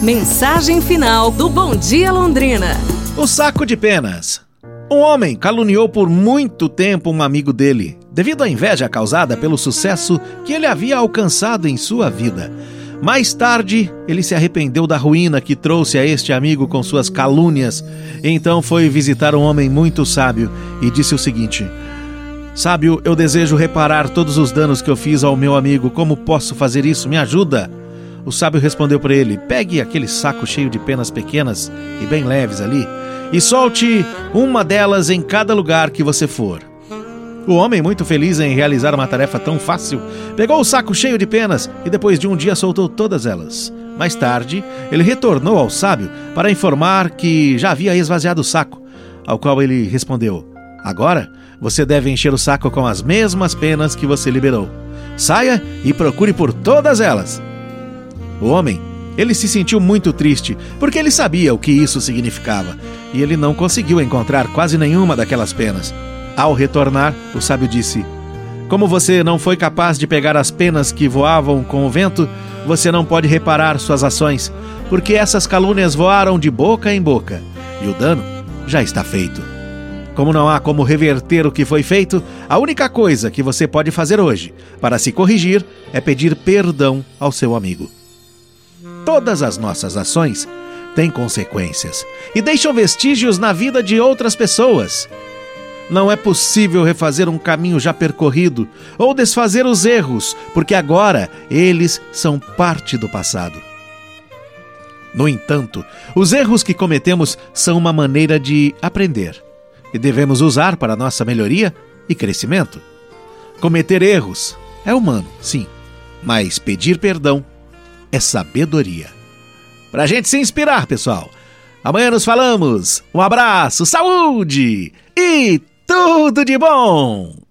Mensagem final do Bom Dia Londrina. O saco de penas. Um homem caluniou por muito tempo um amigo dele, devido à inveja causada pelo sucesso que ele havia alcançado em sua vida. Mais tarde, ele se arrependeu da ruína que trouxe a este amigo com suas calúnias. Então foi visitar um homem muito sábio e disse o seguinte: Sábio, eu desejo reparar todos os danos que eu fiz ao meu amigo. Como posso fazer isso? Me ajuda. O sábio respondeu para ele: pegue aquele saco cheio de penas pequenas e bem leves ali e solte uma delas em cada lugar que você for. O homem, muito feliz em realizar uma tarefa tão fácil, pegou o saco cheio de penas e depois de um dia soltou todas elas. Mais tarde, ele retornou ao sábio para informar que já havia esvaziado o saco, ao qual ele respondeu: agora você deve encher o saco com as mesmas penas que você liberou. Saia e procure por todas elas. O homem, ele se sentiu muito triste, porque ele sabia o que isso significava, e ele não conseguiu encontrar quase nenhuma daquelas penas. Ao retornar, o sábio disse: como você não foi capaz de pegar as penas que voavam com o vento, você não pode reparar suas ações, porque essas calúnias voaram de boca em boca, e o dano já está feito. Como não há como reverter o que foi feito, a única coisa que você pode fazer hoje para se corrigir é pedir perdão ao seu amigo. Todas as nossas ações têm consequências e deixam vestígios na vida de outras pessoas. Não é possível refazer um caminho já percorrido ou desfazer os erros, porque agora eles são parte do passado. No entanto, os erros que cometemos são uma maneira de aprender e devemos usar para nossa melhoria e crescimento. Cometer erros é humano, sim, mas pedir perdão é sabedoria. Pra gente se inspirar, pessoal. Amanhã nos falamos. Um abraço, saúde e tudo de bom!